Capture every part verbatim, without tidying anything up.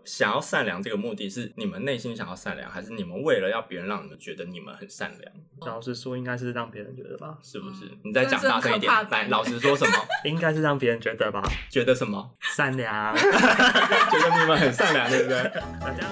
想要善良这个目的是你们内心想要善良，还是你们为了要别人让你们觉得你们很善良？ 老实说，应该是让别人觉得吧？ 是不是？你再讲大声一点。来，老实说什么？ 应该是让别人觉得吧？ 觉得什么？ 善良。 觉得你们很善良，对不对？ 大家。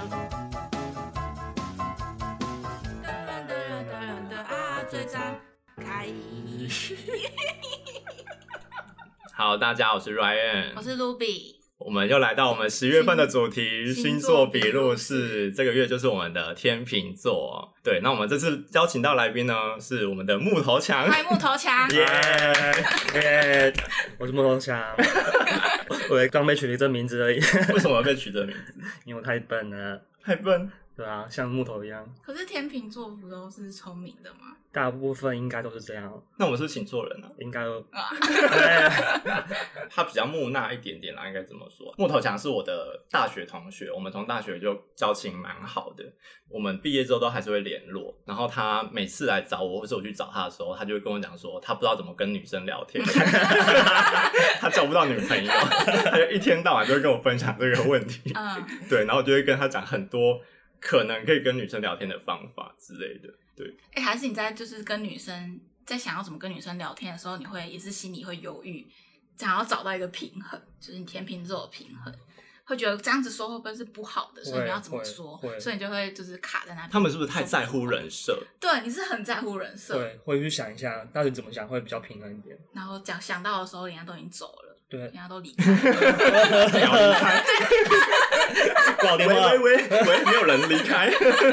好，大家好，我是 Ryan， 我是 Ruby， 我们又来到我们十月份的主题星座笔录室，这个月就是我们的天秤座。对，那我们这次邀请到来宾呢，是我们的木头强， 欢迎木头强， 耶耶，我是木头强，我刚被取了这名字而已。 为什么被取这名字？ 因为我太笨了， 太笨。 对啊，像木头一样。 可是天秤座不都是聪明的吗？ 大部分应该都是这样。 那我们是请错人了、啊， 应该都。 啊、 他比较木讷一点点啦，应该怎么说？木头强是我的大学同学，我们从大学就交情蛮好的，我们毕业之后都还是会联络。然后他每次来找我，或是我去找他的时候，他就会跟我讲说，他不知道怎么跟女生聊天，他找不到女朋友，他就一天到晚就会跟我分享这个问题。嗯，对，然后我就会跟他讲很多可能可以跟女生聊天的方法之类的。对， 哎、欸，还是你在就是跟女生在想要怎么跟女生聊天的时候，你会也是心里会犹豫，想要找到一个平衡，就是你天秤座的平衡，会觉得这样子说会不会是不好的，所以你要怎么说，所以你就会就是卡在那边。 他们是不是太在乎人设？ 对，你是很在乎人设， 对，会去想一下到底怎么想会比较平衡一点。 然后讲想到的时候，人家都已经走了， 对， 人家都离开了， 秒离开。 挂电话， 喂喂喂喂，没有人离开。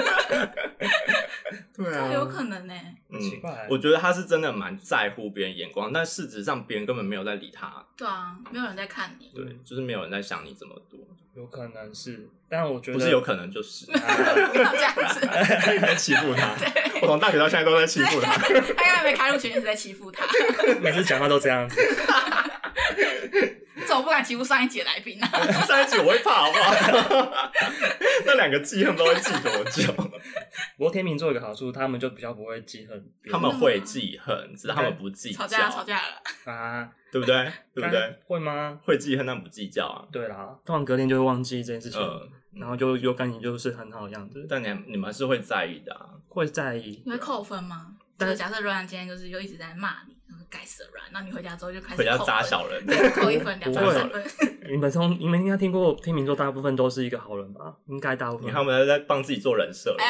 对啊， 有可能呢、欸。 嗯，奇怪， 我觉得他是真的蛮在乎别人眼光，但事实上别人根本没有在理他。 对啊，没有人在看你。 对，就是没有人在想你这么多。 有可能是，但我觉得不是有可能就是。 不要这样子， 在欺负他。我从大学到现在都在欺负他。 他刚才没开录前一直在欺负他。 每次讲话都这样子。 怎么不敢欺负上一集的来宾啊？ 上一集我会怕好不好？那两个记恨不知道会记多久。 不过天秤座有个好处，他们就比较不会记恨别人， 他们会记恨，只是他们不计较。 吵架了，吵架了啊， 对不对？对不对？ 会吗？ 会记恨，但不计较啊。 对啦，通常隔天就会忘记这件事情， 嗯、 然后就又感觉就是很好的样子。 但你你们是会在意的啊？ 会在意。 你会扣分吗？但是假设 Ryan 今天就是又一直在骂你，该死的 Ryan， 那你回家之后就开始扣分， 回家扎小人， 对，扣一分、两分、三分。 你们从你们应该听过天秤座大部分都是一个好人吧？应该大部分。 你看他们在帮自己做人设。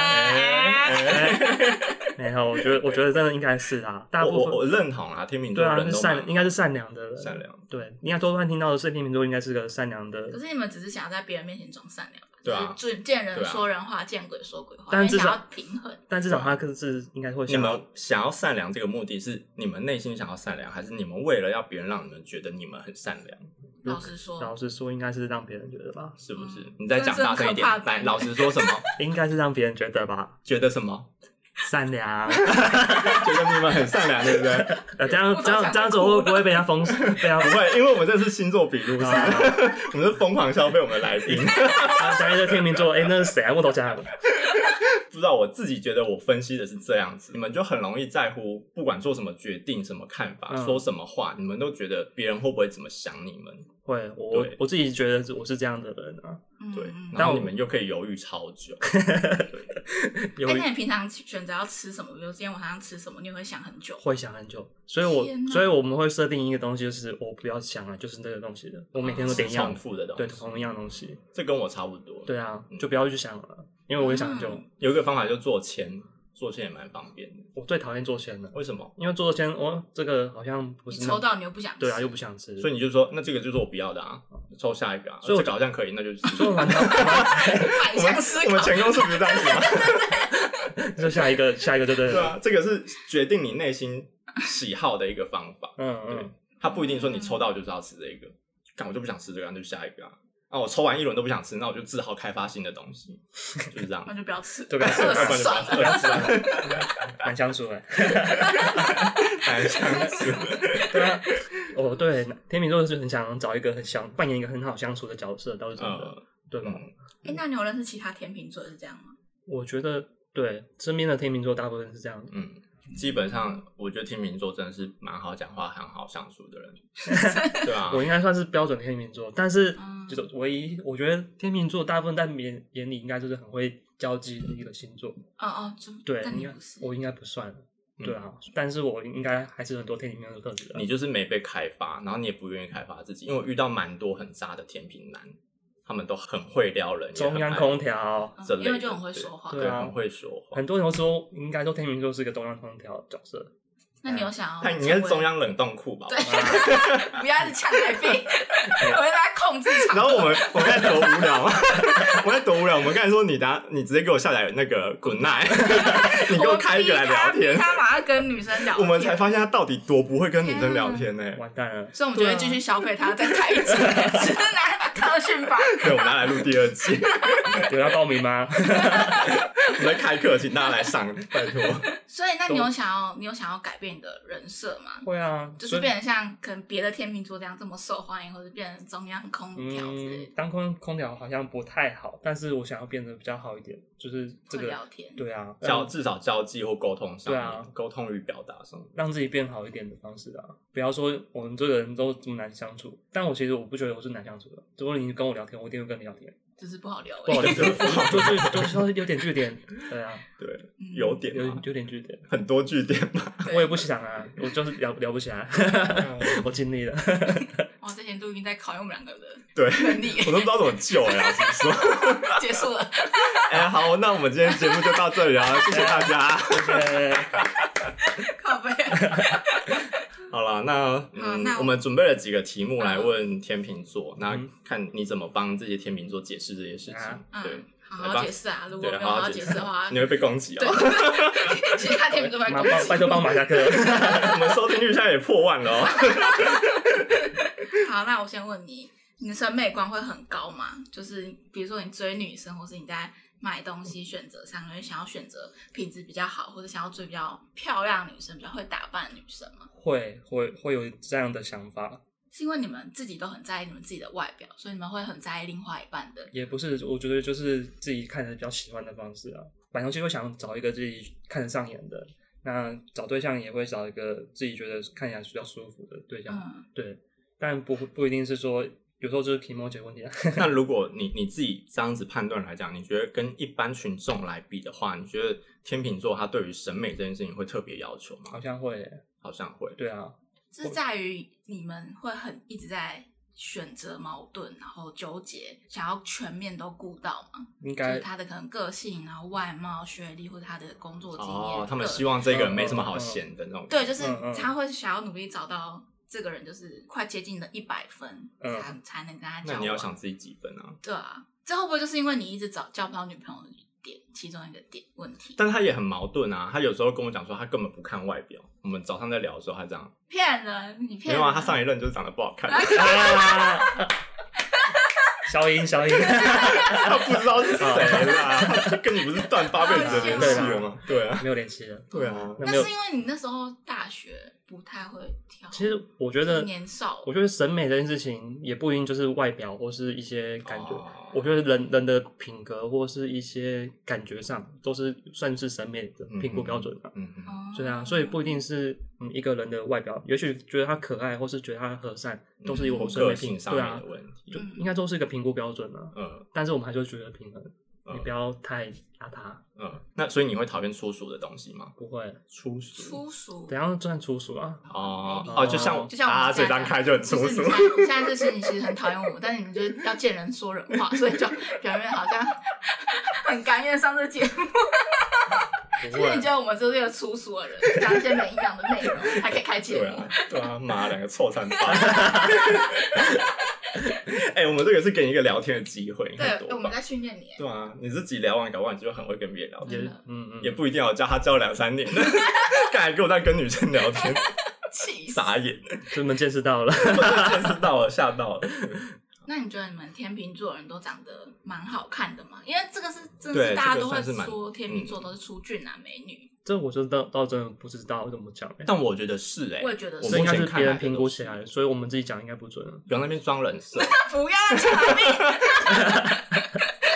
没有，我觉得我觉得真的应该是啊，大部分我, 我, 我认同啊，天秤座人都对啊，是善，应该是善良的人， 善良。 对，应该多半听到的是天秤座应该是个善良的。 可是你们只是想要在别人面前装善良吧？ 对啊， 就是见人说人话，见鬼说鬼话， 但至少想要平衡。 但至少他是应该会想。 你们想要善良这个目的是你们内心想要善良，还是你们为了要别人让你们觉得你们很善良？ 老实说， 老实说，应该是让别人觉得吧？ 是不是？嗯、你再讲大声一点。来，老实说什么？ 应该是让别人觉得吧？ 觉得什么？ 善良。 觉得你们很善良，对不对？ 呃，这样这样这样子会不会被人家封？被他不会，因为我们这是星座笔录室，我们是疯狂消费我们的来宾。 讲一个天秤座，哎、欸，那是谁啊？木头家。 不知道，我自己觉得我分析的是这样子，你们就很容易在乎，不管做什么决定、什么看法、嗯、说什么话，你们都觉得别人会不会怎么想你们？ 会，我我自己觉得我是这样的人啊。 对，然后你们又可以犹豫超久。 对，哎、欸，那你平常选择要吃什么？比如今天晚上吃什么，你会想很久？ 会想很久，所以我所以我们会设定一个东西，就是我不要想了，就是这个东西的，我每天都点一样重复的东西， 对，同一样东西。 这跟我差不多。 对啊，就不要去想了，因为我会想很久。 嗯、有一个方法就做签。做签也蛮方便的。 我最讨厌做签了。 为什么？ 因为做签，我这个好像不是你抽到你又不想吃。 对啊，又不想吃。 所以你就说，那这个就是我不要的啊，抽下一个啊。所以这个好像可以，那就所以我们反向思考。 我们前公司不是这样子吗？ 就下一个，下一个就对了。 对啊，这个是决定你内心喜好的一个方法。 嗯嗯。 对，他不一定说你抽到就是要吃这个，干我就不想吃这个，那就下一个啊。啊，我抽完一轮都不想吃，那我就只好开发新的东西，就是这样。 那就不要吃， 对，不要吃， 算了， 不要吃了，难相处哎， 难相处。 对啊，哦对，天秤座是很想找一个很想扮演一个很好相处的角色，倒是真的，呃、对吧？ 哎、欸，那你有认识其他天秤座是这样吗？ 我觉得对，身边的天秤座大部分是这样， 嗯。 基本上我觉得天秤座真的是蛮好讲话、很好相处的人，对啊， 我应该算是标准天秤座，但是就是唯一我觉得天秤座大部分在别人眼里应该就是很会交际的一个星座。 哦哦， 对， 但你不是， 我应该不算。 嗯、 对啊，但是我应该还是很多天秤座的特质的。 你就是没被开发，然后你也不愿意开发自己，因为我遇到蛮多很渣的天秤男。他们都很会撩人， 中央空调这类的，因为就很会说话， 对啊， 很会说话。 很多人都说，应该说天秤座是一个中央空调角色。 那你有想要？ 他应该是中央冷冻库吧？ 对，不要一直抢来宾，我们在控制场。 然后我们我们在多无聊吗？我们在多无聊。我们刚才说你打你直接给我下载那个 Good Night， 你给我开一个来聊天。 他马上跟女生聊天， 我们才发现他到底多不会跟女生聊天呢、欸。 完蛋了！ 所以我们就会继续消费他，再开一集直男特训班。 对，我们拿来录第二季。 有要报名吗？ 我们在开课，请大家来上，拜托。 所以，那你有想要你有想要改变你的人设吗？ 会啊， 就是变成像可能别的天秤座这样这么受欢迎，或者变成中央空调之类的。 嗯、当空空调好像不太好，但是我想要变得比较好一点，就是这个聊天。 对啊， 交至少交际或沟通上面， 对啊， 沟通与表达上， 让自己变好一点的方式啊。不要说我们这个人都这么难相处，但我其实我不觉得我是难相处的。如果你跟我聊天，我一定会跟你聊天。 就是不好聊、欸， 不好聊，就是不好，就是就是有点据点，对啊， 对，有点有有点据点， 很多据点嘛。 我也不想啊，我就是聊聊不起来，我尽力了。 哇，之前录音在考验我们两个的对能力， 我都不知道怎么救哎、欸，老实说。 结束了。 哎、欸，好，那我们今天节目就到这里啊，谢谢大家， 谢谢。 靠背。 好了，那嗯，我们准备了几个题目来问天秤座，嗯、那看你怎么帮这些天秤座解释这些事情。 啊、 对， 嗯、好好解释啊！如果没有好好解释的话， 你会被攻击哦。 其他天秤座会攻击。 拜托帮马赛克。 我们收听率现在也破万了哦。 好，那我先问你，你的审美观会很高吗？就是比如说你追女生，或是你在买东西选择上，你会想要选择品质比较好，或者想要追比较漂亮的女生，比较会打扮的女生吗？ 会会会有这样的想法， 是因为你们自己都很在意你们自己的外表，所以你们会很在意另外一半的？ 也不是，我觉得就是自己看着比较喜欢的方式啊。买东西会想找一个自己看得上眼的，那找对象也会找一个自己觉得看起来比较舒服的对象，嗯、对，但不不一定是说。有时候就是皮毛姐问题啊。 那如果你你自己这样子判断来讲，你觉得跟一般群众来比的话，你觉得天秤座他对于审美这件事情会特别要求吗？ 好像会耶， 好像会。 对啊， 是在于你们会很一直在选择矛盾，然后纠结，想要全面都顾到吗？ 应该就是他的可能个性，然后外貌、学历或者他的工作经验。 哦，他们希望这个人没什么好嫌的那种。 对，就是他会想要努力找到。这个人就是快接近了一百分， 嗯、 才才能跟他交往。 那你要想自己几分啊？ 对啊，这会不会就是因为你一直找交不到女朋友的点，其中一个点问题？ 但他也很矛盾啊，他有时候跟我讲说他根本不看外表。我们早上在聊的时候，他这样骗人，你骗人。 没有啊，他上一任就是长得不好看。 消音消音， 他不知道是谁啦，他跟你不是断八辈子的联系了吗？对啊， 没有联系了。 对啊， 那是因为你那时候大学不太会挑。 其实我觉得年少， 我觉得审美这件事情也不一定就是外表或是一些感觉。 哦、 我觉得人人的品格或是一些感觉上，都是算是审美的评估标准的。 嗯嗯， 嗯对啊，所以不一定是嗯一个人的外表，也许觉得他可爱或是觉得他和善，都是有审美评上面的问题， 对啊，就应该都是一个评估标准啊。 嗯，但是我们还是觉得平衡。你不要太邋遢。 嗯，那所以你会讨厌粗俗的东西吗？ 不会， 粗俗。 粗俗。 怎样算粗俗啊？ 哦哦，就像就像我们嘴张开就很粗俗。 现在这事情其实很讨厌我们，但是你们就是要见人说人话，所以就表面好像很甘愿上这节目。其实你觉得我们就是一个粗俗的人，讲一些没营养的内容，还可以开节目。 对啊，妈，两个臭三八。哎、欸，我们这个是给你一个聊天的机会， 对，我们在训练你。 对啊，你自己聊完，搞完你就很会跟别人聊天， 嗯嗯， 也不一定要教他教两三年，刚才给我在跟女生聊天， 气傻眼， 你们见识到了， 见识到了，吓到了。 那你觉得你们天秤座人都长得蛮好看的吗？因为这个是真的是大家都会说天秤座都是出俊男美女。 这我就倒倒真的不知道怎么讲、欸， 但我觉得是哎、欸， 我也觉得是，应该是别人评估起来的，所以我们自己讲应该不准。 不要那边装人设， 不要抢命， 你自己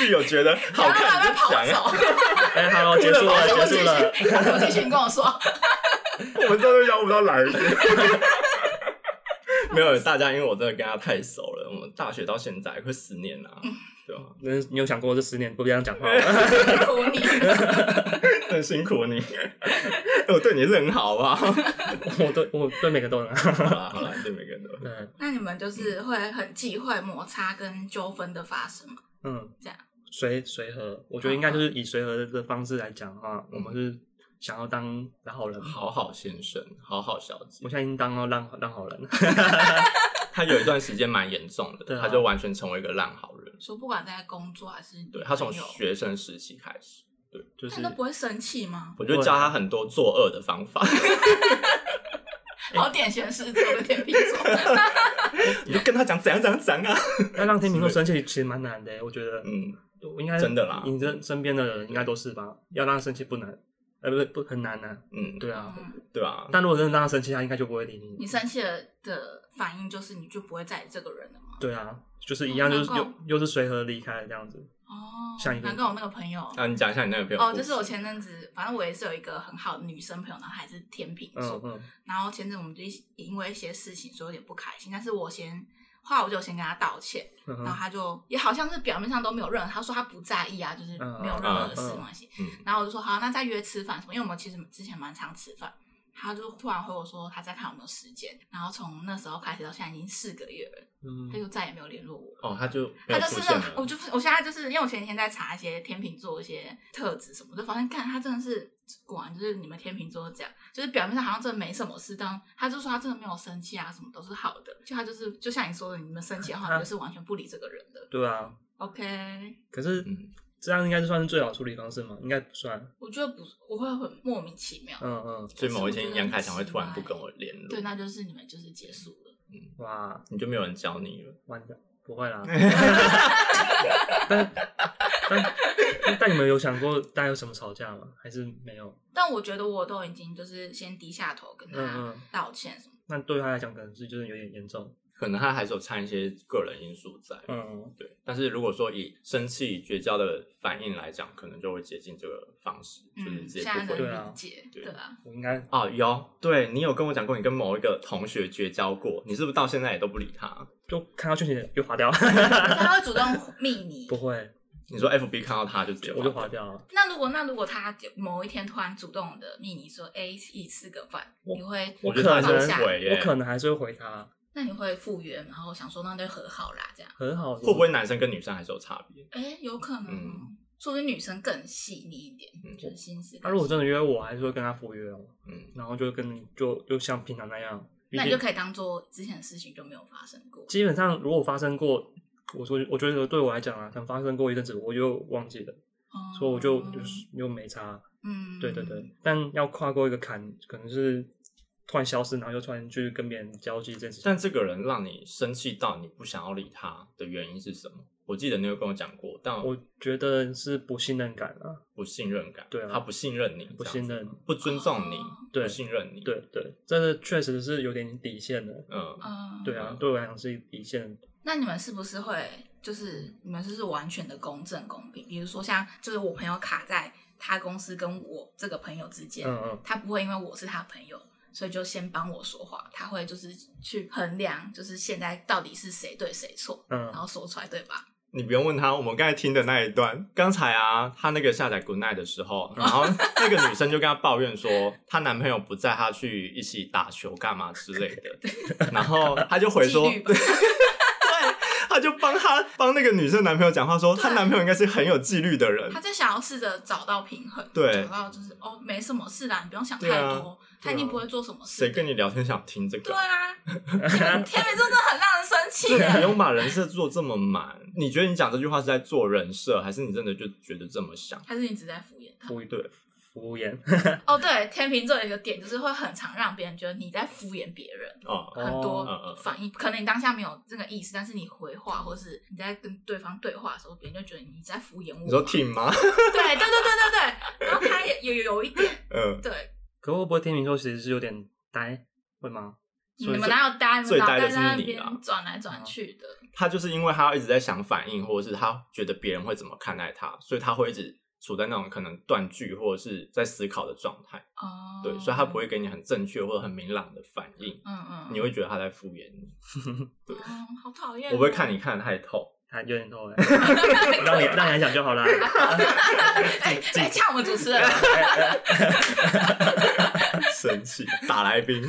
有觉得好看就讲啊。 哎、欸，好，结束了，结束了。 我继续，你跟我说。 我们真的想不到哪一天。没有，大家因为我真的跟他太熟了，我们大学到现在快十年了、啊，嗯、对吧？ 你有想过这十年不这样讲话吗？ 辛苦你， 很辛苦你。我对你是很好吧？ 我对我对每个都很好。 好啦好啦，对每个人都很好。 那你们就是会很忌讳摩擦跟纠纷的发生吗？ 嗯， 这样随随和，我觉得应该就是以随和的方式来讲的话，嗯、我们是想要当烂好人， 好好先生，好好小姐。 我现在已经当到烂烂好人了。 他有一段时间蛮严重的， 啊、 他就完全成为一个烂好人。 说不管在工作还是对他从学生时期开始，对， 就是他都不会生气吗？ 我就教他很多作恶的方法。 好典型狮子座跟天秤座， 你就跟他讲怎样怎样讲啊。 要让天秤座生气其实蛮难的，我觉得， 嗯， 应该真的啦， 你身身边的人应该都是吧？要让他生气不难。呃，不是不很难啊， 嗯， 对啊， 对啊。 但如果真的让他生气，他应该就不会理你。 你生气了的反应就是你就不会在意这个人了吗？ 对啊，就是一样，就是又又是随和离开这样子。 哦， 像一个， 难怪我那个朋友啊，你讲一下你那个朋友。 哦，就是我前阵子，反正我也是有一个很好的女生朋友，然后还是天秤座， 嗯嗯， 然后前阵我们就因为一些事情所以有点不开心，但是我先。后来我就先跟他道歉， 嗯、 然后他就也好像是表面上都没有任何，他说他不在意啊，就是没有任何的事关系。 嗯嗯嗯、 然后我就说好，那再约吃饭什么？因为我们其实之前蛮常吃饭。他就突然回我说他在看有没有时间，然后从那时候开始到现在已经四个月了，嗯、他就再也没有联络我。 哦，他就他就是那种，我就我现在就是因为我前几天在查一些天秤座一些特质什么，就发现看他真的是果然就是你们天秤座这样，就是表面上好像真的没什么事，但他就说他真的没有生气啊，什么都是好的，就他就是就像你说的，你们生气的话，你就是完全不理这个人的。 对啊 ，OK。 可是。嗯这样应该是算是最好处理方式吗？应该不算。 我觉得不，我会很莫名其妙。 嗯嗯。 所以某一天杨凯强会突然不跟我联络。 对，那就是你们就是结束了。 嗯，哇，你就没有人教你了。 完的，不会啦。但但但你们有想过大家有什么吵架吗？还是没有？ 但我觉得我都已经就是先低下头跟他道歉什么。 嗯嗯、那对他来讲，可能是就是有点严重。 可能他还是有掺一些个人因素在，嗯，对。但是如果说以生气绝交的反应来讲，可能就会接近这个方式，嗯、就是直接不回。 对啊，对啊， 我应该哦有，对你有跟我讲过，你跟某一个同学绝交过，你是不是到现在也都不理他？ 就看到讯息就划掉。 他会主动密你？ 不会。 你说 F B 看到他就直接我就划掉了。 那如果那如果他某一天突然主动的密你说，哎，一起吃个饭，你会？ 我可能我可能还是会回他。 那你会复原，然后想说那就和好啦，这样和好会不会男生跟女生还是有差别？ 哎、欸，有可能，嗯、说不定女生更细腻一点，嗯、就是心思。 他、啊、如果真的约我，还是会跟他赴约哦，嗯，然后就跟就就像平常那样， 那你就可以当做之前的事情就没有发生过。 基本上如果发生过，我说我觉得对我来讲啊，可能发生过一阵子我就忘记了，哦、所以我就就是又没差，嗯，对对对，但要跨过一个坎，可能是。突然消失，然后又突然去跟别人交际这件事情。 但这个人让你生气到你不想要理他的原因是什么？我记得你有跟我讲过，但我觉得是不信任感啊， 不信任感。 对啊， 他不信任你， 不信任， 不尊重你， 对， 不信任你。 对对，这个确实是有点底线的。 嗯， 对啊，对我来讲是底线。 那你们是不是会就是你们就是完全的公正公平？比如说像就是我朋友卡在他公司跟我这个朋友之间，嗯嗯，他不会因为我是他朋友。所以就先帮我说话，他会就是去衡量，就是现在到底是谁对谁错，嗯，然后说出来，对吧？ 你不用问他，我们刚才听的那一段，刚才啊，他那个下载 Good Night 的时候，然后那个女生就跟他抱怨说，她男朋友不在，她去一起打球干嘛之类的，然后他就回说。他就帮他帮那个女生男朋友讲话说，她男朋友应该是很有纪律的人。 他在想要试着找到平衡， 对， 找到就是哦，没什么事啦，你不用想太多，啊、他一定不会做什么事。 谁跟你聊天想听这个？ 对啊，天秤座真的很让人生气。 不用把人设做这么满。你觉得你讲这句话是在做人设，还是你真的就觉得这么想？ 还是你只在敷衍他？ 敷对。敷衍哦，对，天秤座有一个点就是会很常让别人觉得你在敷衍别人，哦，很多反应，哦、可能你当下没有这个意思，但是你回话或是你在跟对方对话的时候，别人就觉得你在敷衍我。 你说听吗？ 对对对对对对，然后他也有有有一点，嗯，对。 可会不会天秤座其实是有点呆，会吗？ 你们哪有搭？ 最呆的是那你啦， 转来转去的。 他就是因为他要一直在想反应，或者是他觉得别人会怎么看待他，所以他会一直处在那种可能断句或者是在思考的状态。 哦， 对，所以他不会给你很正确或者很明朗的反应。 嗯嗯， 你会觉得他在敷衍你。对， 哦，好讨厌。 我不会看你看得太透。 他有点透哎，让你让你来讲就好啦。 哎哎，呛我们主持人， 生气打来宾。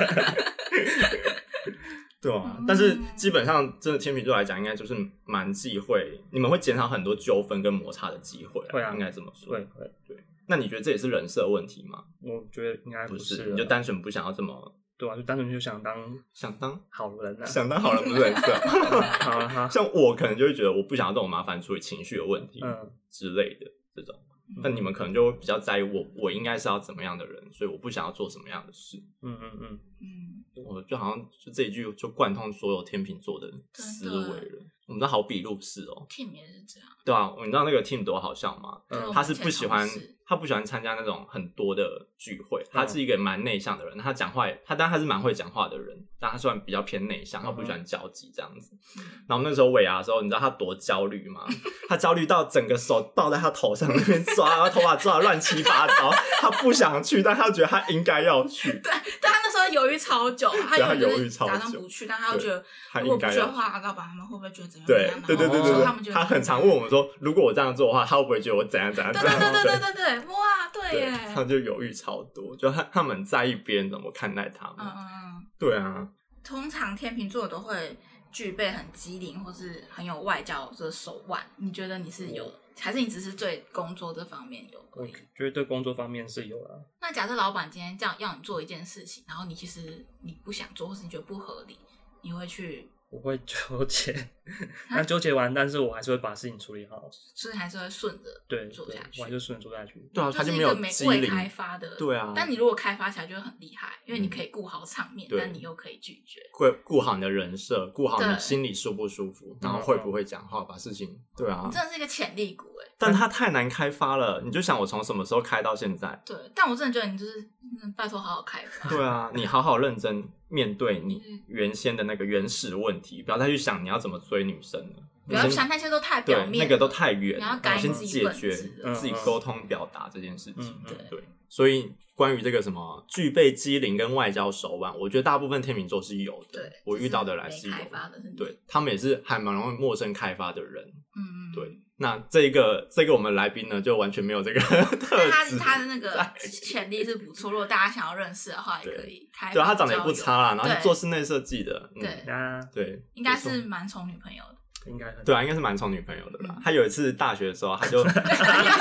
对啊，但是基本上真的天秤座来讲，应该就是蛮忌讳，你们会减少很多纠纷跟摩擦的机会。 会啊， 应该这么说。 会会对。那你觉得这也是人设问题吗？ 我觉得应该不是， 你就单纯不想要这么。 对啊，就单纯就想当想当好人啊， 想当好人不是人设。 好啊好， 像我可能就会觉得我不想要这种麻烦处理情绪的问题， 嗯之类的这种。但你们可能就会比较在意我，我应该是要怎么样的人，所以我不想要做什么样的事。 嗯嗯嗯嗯， 我就好像就这一句就贯通所有天秤座的思维了。我们都好比路式哦 ，Team 也是这样。 对啊，你知道那个 Team 多好笑吗？ 嗯、 他是不喜欢，他不喜欢参加那种很多的聚会。他是一个蛮内向的人，他讲话也，他当然他是蛮会讲话的人，但他虽然比较偏内向，他不喜欢交际这样子。嗯、然后那时候尾牙的时候，你知道他多焦虑吗？他焦虑到整个手抱在他头上那边抓，然后头发抓得乱七八糟。他不想去，但他觉得他应该要去。 对，但他那时候犹豫超久，他犹豫超久， 打算不去，但他又觉得他如果不去的话，老板他们会不会觉得怎么样？ 对对对对对， 他们觉得他很常问我们说，如果我这样做的话，他会不会觉得我怎样怎样怎样？ 对对对对对对，哇，对耶， 他就犹豫超多，就他他们很在意别人怎么看待他们。 嗯嗯嗯， 对啊。 通常天秤座都会具备很机灵或是很有外交的手腕，你觉得你是有，还是你只是对工作这方面有？ 我觉得对工作方面是有啦。 那假设老板今天这样要你做一件事情，然后你其实你不想做，或是你觉得不合理，你会去？ 我会纠结，那纠结完，但是我还是会把事情处理好， 所以还是会顺着对做下去， 我还是顺着做下去。 对啊，他就没有机灵开发的， 对啊。 但你如果开发起来就会很厉害，因为你可以顾好场面，嗯、但你又可以拒绝， 会顾好你的人设，顾好你心里舒不舒服，然后会不会讲话，把事情对啊。 你真的是一个潜力股哎， 但他太难开发了，你就想我从什么时候开到现在？ 对，但我真的觉得你就是、嗯、拜托好好开发。 对啊，你好好认真面对你原先的那个原始问题，不要再去想你要怎么追女生了。 不要想那些都太表面， 那个都太远了。 你要改先自己解决嗯、 自己沟通表达这件事情。 嗯、 对, 对，所以关于这个什么具备机灵跟外交手腕，我觉得大部分天秤座是有的。 对， 我遇到的来是有的， 对他们也是还蛮容易陌生开发的人。 嗯嗯， 对。那这个这个我们来宾呢，就完全没有这个特质。 他他的那个潜力是不错，如果大家想要认识的话，也可以开。 对，他长得也不差啦，然后是做室内设计的。 对啊， 对， 应该是蛮宠女朋友的。 应该对啊，应该是蛮宠女朋友的啦。嗯、他有一次大学的时候，他就，然后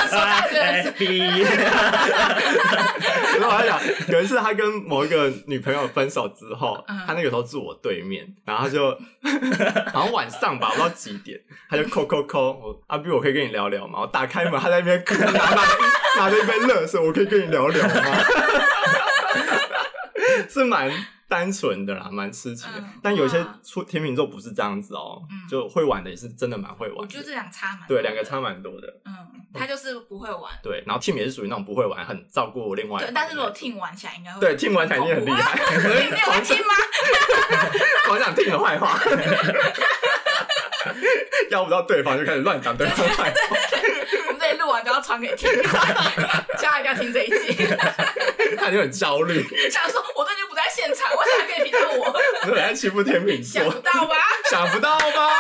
我在想，有一次他跟某一个女朋友分手之后，嗯、他那个时候住我对面，然后他就，好像晚上吧，不知道几点，他就扣扣扣，我阿 B， 我可以跟你聊聊吗？我打开门，他在那边拿拿拿着一杯热水，我可以跟你聊聊吗？是蛮单纯的啦，蛮痴情的。嗯、但有些出天秤座不是这样子哦、喔，嗯、就会玩的也是真的蛮会玩的。 我觉得这两差蛮对，两个差蛮多的。 嗯，他就是不会玩。 对，然后 team 也是属于那种不会玩，很照顾另外一个。 对，但是如果 team 玩起来应该会。 对 team 玩起来一定很厉害。 你有在听吗？ 我讲 team 的坏话，要不到对方就开始乱讲对方的坏话。 我们这里录完就要传给 team， 大家一定要听这一集。 他就很焦虑， 想说我这就不在现场，为什么可以评到我？ 我在欺负天秤座， 想不到吧？ 想不到吧？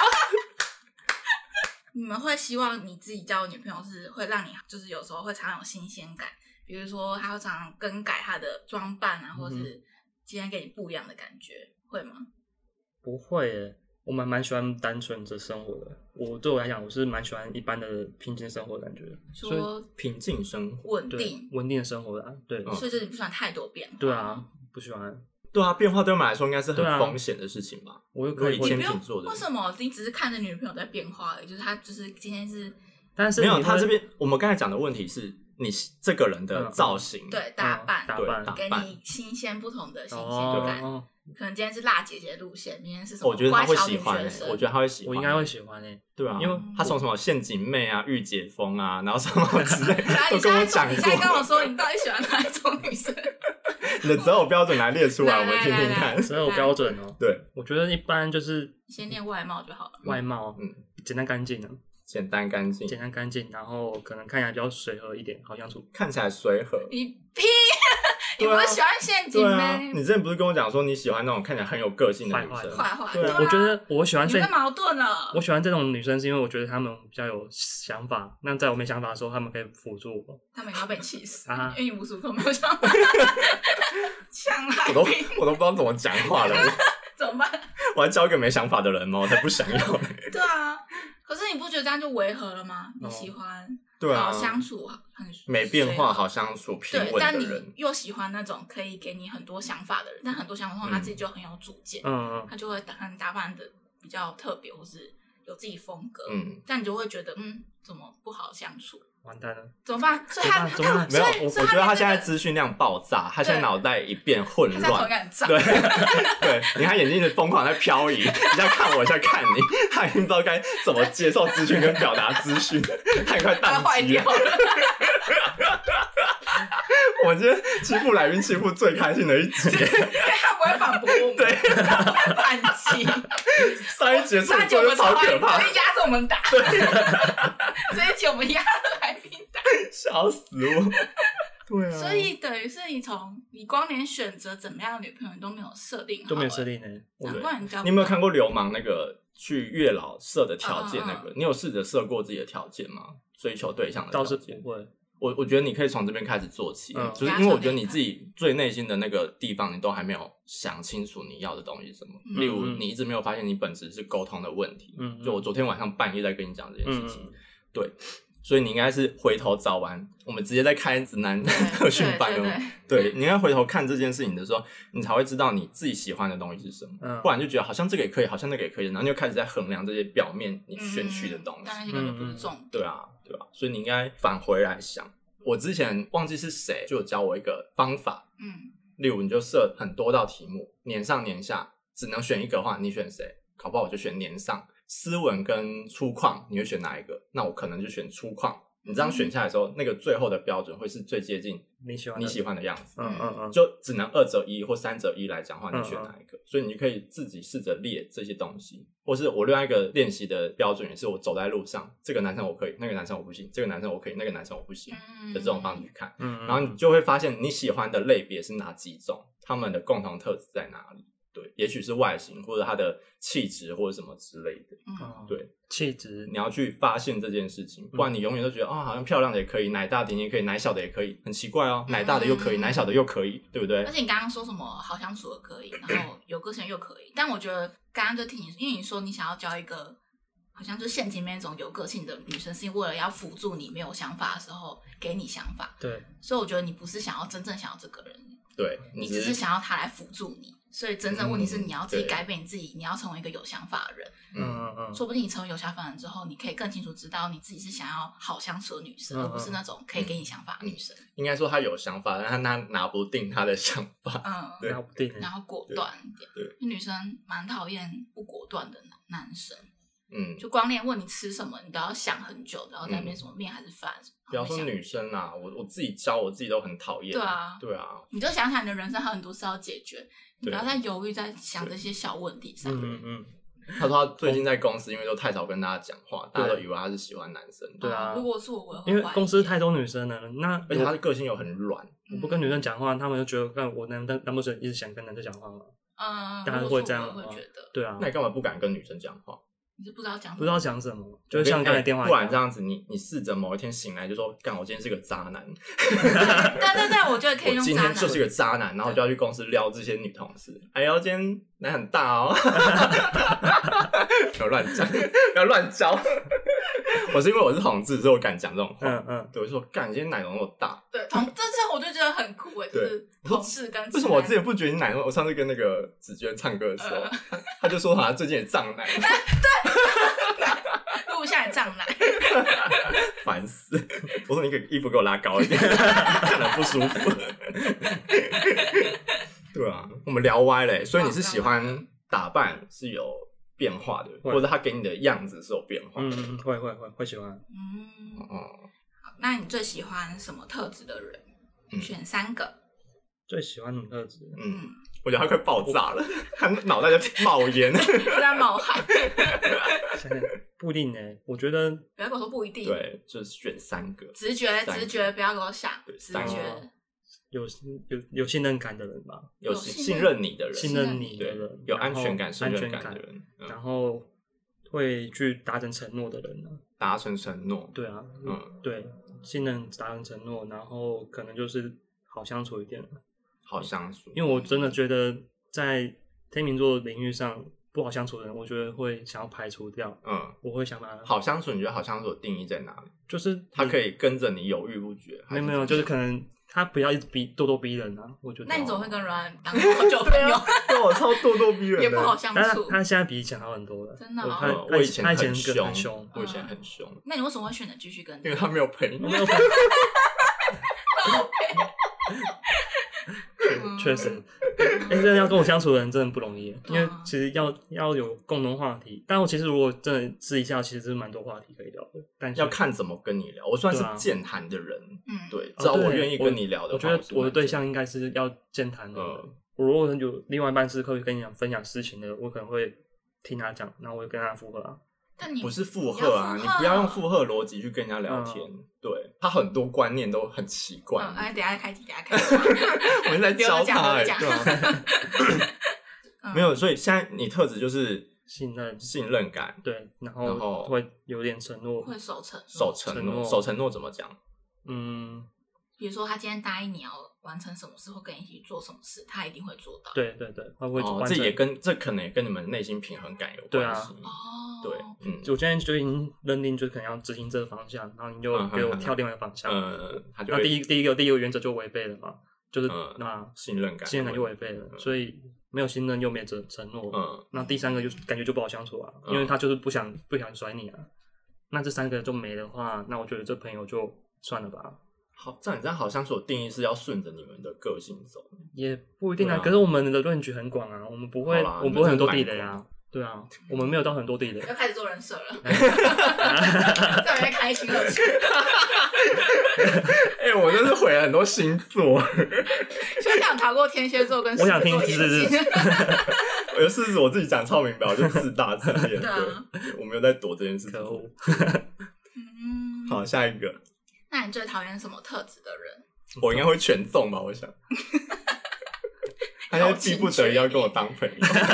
你们会希望你自己交的女朋友是会让你，就是有时候会常常有新鲜感，比如说她会常常更改她的装扮啊，或是今天给你不一样的感觉，会吗？ 不会耶，我蛮蛮喜欢单纯的生活的。我对我来讲，我是蛮喜欢一般的平静生活的感觉。 说平静生活， 稳定稳定的生活的、啊，对。 所以就是不喜欢太多变化。 对啊，不喜欢。 对啊，变化对我们来说应该是很风险的事情吧？啊、 我又可以天秤座的， 为什么你只是看着女朋友在变化而已？就是她就是今天是， 但是没有他这边我们刚才讲的问题是你这个人的造型， 嗯、对打扮， 打扮给你新鲜不同的新鲜感。哦可能今天是辣姐姐路线，明天是什么？ 我觉得他会喜欢、欸，我觉得他会喜欢， 我应该会喜欢诶、欸。 对啊， 因为他从什么陷阱妹啊、御姐风啊，然后什么之类都跟我讲过。 你现在跟我说，你到底喜欢哪一种女生？ 你的择偶标准来列出来， 来我们听听看。 择偶标准哦， 对， 我觉得一般就是先练外貌就好了。 外貌， 嗯， 简单干净啊， 简单干净， 简单干净，然后可能看起来比较随和一点，好相处。 看起来随和。 你屁！你不是喜欢陷阱吗？ 对啊，你之前不是跟我讲说你喜欢那种看起来很有个性的女生？ 坏坏， 对啊， 我觉得我喜欢这， 你们矛盾了。 我喜欢这种女生是因为我觉得她们比较有想法，那在我没想法的时候，她们可以辅助我。 他们也要被气死， 啊、 因为你无时无刻没有想法。抢来我都我都不知道怎么讲话了。 怎么办？ 我还交一个没想法的人吗？我才不想要。 对啊，可是你不觉得这样就违和了吗？你喜欢对啊， 好相处很没变化、好相处、平稳的人， 对，但你又喜欢那种可以给你很多想法的人，但很多想法的话，他自己就很有主见， 嗯嗯， 他就会打扮打扮的比较特别，或是有自己风格， 嗯， 但你就会觉得，嗯，怎么不好相处？ 完蛋了， 怎么办？所以他怎么办？ 没有，我我觉得他现在资讯量爆炸，他现在脑袋一片混乱，对对，你看眼睛一直疯狂在漂移，一下看我，一下看你，他已经不知道该怎么接受资讯跟表达资讯，他也快宕机了。我今天欺负来宾欺负最开心的一集， 他不会反驳我们， 对， 他不会反击。 上一集上一集我们超可怕， 压着我们打， 对， 这一集我们压着来宾打， 笑死我。对啊， 所以等于是你从你光连选择怎么样的女朋友你都没有设定好， 都没有设定呢。 难怪你交。 你有没有看过流氓那个去月老设的条件？那个、嗯嗯、你有试着设过自己的条件吗？追求对象的条件？ 倒是不会。 我我觉得你可以从这边开始做起，嗯、就是因为我觉得你自己最内心的那个地方，你都还没有想清楚你要的东西是什么。嗯、例如，你一直没有发现你本质是沟通的问题。嗯，就我昨天晚上半夜在跟你讲这件事情，嗯、对，所以你应该是回头找完，我们直接在开直男特训班哦。对，你应该回头看这件事情的时候，你才会知道你自己喜欢的东西是什么。嗯，不然就觉得好像这个也可以，好像那个也可以，然后你就开始在衡量这些表面你选取的东西。 当然，这个就不是重点。 对啊。对吧？所以你应该返回来想，我之前忘记是谁就有教我一个方法，嗯，例如你就设很多道题目，年上年下只能选一个的话，你选谁？搞不好我就选年上。斯文跟粗犷，你会选哪一个？那我可能就选粗犷。你这样选下来的时候，嗯、那个最后的标准会是最接近你喜欢你喜欢的样子。 嗯嗯嗯， 就只能二择一或三择一来讲话，你选哪一个？嗯嗯，所以你就可以自己试着列这些东西，或是我另外一个练习的标准也是，我走在路上，这个男生我可以，那个男生我不行，这个男生我可以，那个男生我不行的这种方式去看。嗯嗯，然后你就会发现你喜欢的类别是哪几种，他们的共同特质在哪里。对，也许是外形，或者他的气质，或者什么之类的。嗯，对， 气质， 你要去发现这件事情，不然你永远都觉得啊、嗯哦，好像漂亮的也可以，奶大点也可以，奶小的也可以，很奇怪哦，奶大的又可以，嗯、奶小的又可以，对不对？ 而且你刚刚说什么好相处的可以，然后有个性又可以，但我觉得刚刚就听你，因为你说你想要交一个好像就是陷阱里面那种有个性的女生，是为了要辅助你没有想法的时候给你想法。 对， 所以我觉得你不是想要真正想要这个人， 对， 你只是想要他来辅助你。所以真正问题是你要自己改变你自己，嗯、你要成为一个有想法的人。嗯嗯嗯。说不定你成为有想法的人之后，你可以更清楚知道你自己是想要好相处的女生，嗯、而不是那种可以给你想法的女生。 应该说她有想法，但她拿不定她的想法。 嗯， 拿不定。 然后果断一点。对。对，女生蛮讨厌不果断的男男生。嗯。就光连问你吃什么，你都要想很久，然后在那边什么面还是饭。 不要说女生啊，我我自己教我自己都很讨厌。 对啊。 对啊。 你就想想你的人生还有很多事要解决。你不要再犹豫，在想这些小问题上。 嗯嗯，他说他最近在公司，因为都太少跟大家讲话，大家都以为他是喜欢男生。 对啊， 如果是我，我因为公司太多女生了，那而且他的个性又很软， 我不跟女生讲话，他们就觉得，干我难难不成一直想跟男生讲话吗？ 嗯， 大家会这样， 会觉得， 对啊。 那你干嘛不敢跟女生讲话？ 你是不知道讲， 不知道讲什么，就是像刚才电话， 不然这样子，你你试着某一天醒来就说，干，我今天是个渣男。 对对对，我觉得可以用渣男。 我今天就是个渣男，然后就要去公司撩这些女同事。哎呦，今天奶很大哦，不要乱讲，不要乱教。我是因为我是同志，所以我敢讲这种话。嗯嗯，对，我就说干，今天奶怎么那么大？ 对，同这次我就觉得很酷诶，就是同志跟为什么我之前不觉得你奶？我上次跟那个子娟唱歌的时候，呃、他就说好像最近也胀奶。 对，录下来胀奶， 烦死！我说你给衣服给我拉高一点，看得不舒服。对啊，我们聊歪了，所以你是喜欢打扮是有变化的，或者他给你的样子是有变化的。 嗯，会会会会喜欢。嗯哦，好，那你最喜欢什么特质的人？嗯、选三个。 最喜欢的特质， 嗯，我觉得他快爆炸了，他脑袋在冒烟， 在冒汗。 不一定呢、欸，我觉得不要跟我说不一定， 对，就是选三个， 直觉直觉，不要给我想，直觉。 有有有信任感的人吧， 有信信任你的人， 信任你的人， 有安全感、信任感感的人， 嗯、然后会去达成承诺的人呢、啊， 达成承诺， 对啊，嗯，对，信任达成承诺，然后可能就是好相处一点， 好相处。 因为我真的觉得在天秤座领域上不好相处的人，我觉得会想要排除掉，嗯，我会想把它好相处。你觉得好相处的定义在哪里？ 就是他可以跟着你犹豫不决， 没有没有，就是可能。他不要一直逼咄咄逼人啊，我觉得。 那你怎么会跟 Ryan 当好久朋友？ 对我超咄咄逼人的， 也不好相处。 但他现在比以前好很多了， 真的、哦。 他我以前很凶， 很凶， 我以前很凶。 那你为什么会选择继续跟？ 因为他没有朋友。 没有朋友。确实，哎、欸，真的要跟我相处的人真的不容易，因为其实要要有共同话题。但我其实如果真的试一下，其实是蛮多话题可以聊的。但是要看怎么跟你聊。我算是健谈的人，嗯、啊，对，只要我愿意跟你聊的话， 我觉得我的对象应该是要健谈的人。嗯、我如果有另外一半是可以跟你讲分享事情的，我可能会听他讲，然后我会跟他附和啊。 但你不是附和啊，你不要用附和逻辑去跟人家聊天。嗯、对，他很多观念都很奇怪。 嗯，哎，等一下开题，等一下开题。 我们在教他、欸， 对啊。没有，所以现在你特质就是信任、 信任感， 对，然后会有点承诺， 会守承守承诺，守承诺怎么讲？ 嗯， 比如说他今天答应你要完成什么事或跟你一起做什么事，他一定会做到。 对对对，他会哦，这也跟这可能也跟你们内心平衡感有关系。 哦， 对，嗯， 我今天就已经认定，就可能要执行这个方向，然后你就给我跳另外一个方向， 嗯，他就那第一第一个第一个原则就违背了嘛，就是那信任感， 信任感就违背了，所以没有信任又没承承诺，嗯，那第三个就感觉就不好相处啊，因为他就是不想不想甩你啊，那这三个就没的话，那我觉得这朋友就算了吧。 好，这样你这样好相处的定义是要顺着你们的个性走， 也不一定啊。可是我们的论据很广啊，我们不会，我们不会很多地雷啊。对啊，我们没有到很多地雷。 要开始做人设了，这样开心了。 哎，我真是毁了很多星座。 就想逃过天蝎座跟狮子座，我想听狮子。 我就狮子，我自己讲超明白，我就自大自恋。 对啊， 我没有在躲这件事情。 可恶。 嗯， 好，下一个。 那你最讨厌什么特质的人？ 我应该会全中吧，我想。他现在逼不得已要跟我当朋友。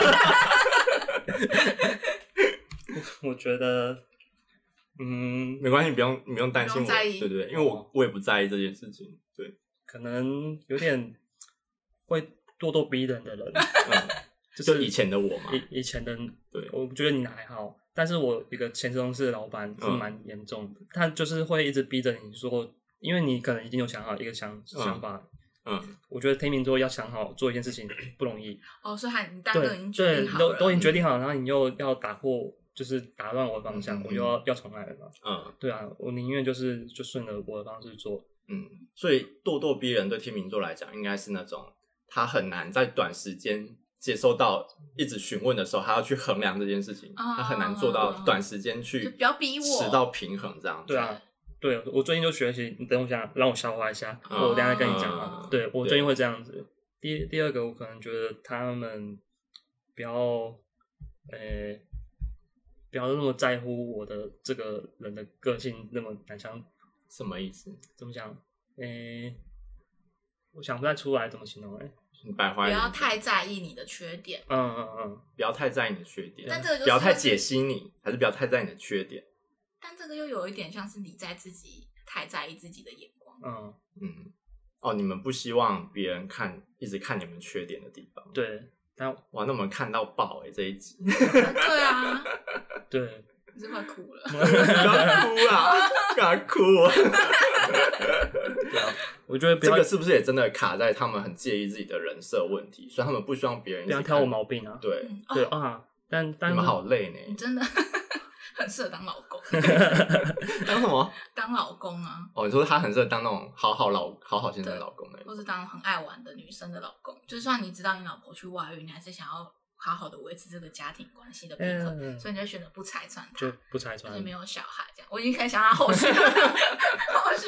我觉得，嗯， 没关系，不用，你不用担心我， 对对对，因为我我也不在意这件事情，对。 可能有点会咄咄逼人的人， 嗯，就是以前的我嘛， 以以前的， 对， 我觉得你还好。但是我一个前公司的老板是蛮严重的，嗯、他就是会一直逼着你说，因为你可能已经有想好一个想、嗯、想法，嗯，我觉得天秤座要想好做一件事情不容易。 哦，所以你大概已经决定好了， 对，都都已经决定好了，然后你又要打破，就是打乱我的方向，嗯、我又要要重来了嘛。嗯，对啊，我宁愿就是就顺着我的方式做。 嗯，所以咄咄逼人对天秤座来讲，应该是那种他很难在短时间接收到一直询问的时候，他要去衡量这件事情，哦、他很难做到短时间去不要逼我持到平衡这样子。 对啊，对我最近就学习，你等我一下，让我消化一下，哦、我等一下再跟你讲啊。嗯、对我最近会这样子。第第二个，我可能觉得他们不要，呃、欸，不要那么在乎我的这个人的个性那么难相。 什么意思？ 怎么讲？呃、欸，我想不太出来怎么形容哎、欸。 不要太在意你的缺点， 嗯嗯嗯， 不要太在意你的缺点， 但这个就是不要太解析你，还是不要太在意你的缺点。 但这个又有一点像是你在自己太在意自己的眼光， 嗯嗯，哦，你们不希望别人看一直看你们缺点的地方， 对，但哇，那我们看到爆哎、欸、这一集， 对啊， 对， 你是快哭了， 不要哭啦，干嘛哭啊？ 对啊，我觉得这个是不是也真的卡在他们很介意自己的人设问题，所以他们不希望别人不要挑我毛病啊。 对、 嗯、 对啊，但但你们好累呢， 你真的很适合当老公。 当什么？ 当老公啊！ 哦，你说他很适合当那种好好老好好先生的老公呢， 或是当很爱玩的女生的老公。就算你知道你老婆去外遇，你还是想要好好的维持这个家庭关系的平衡，嗯、所以你就选择不拆穿他， 就不拆穿， 就是没有小孩这样。我已经可以想到后续后续后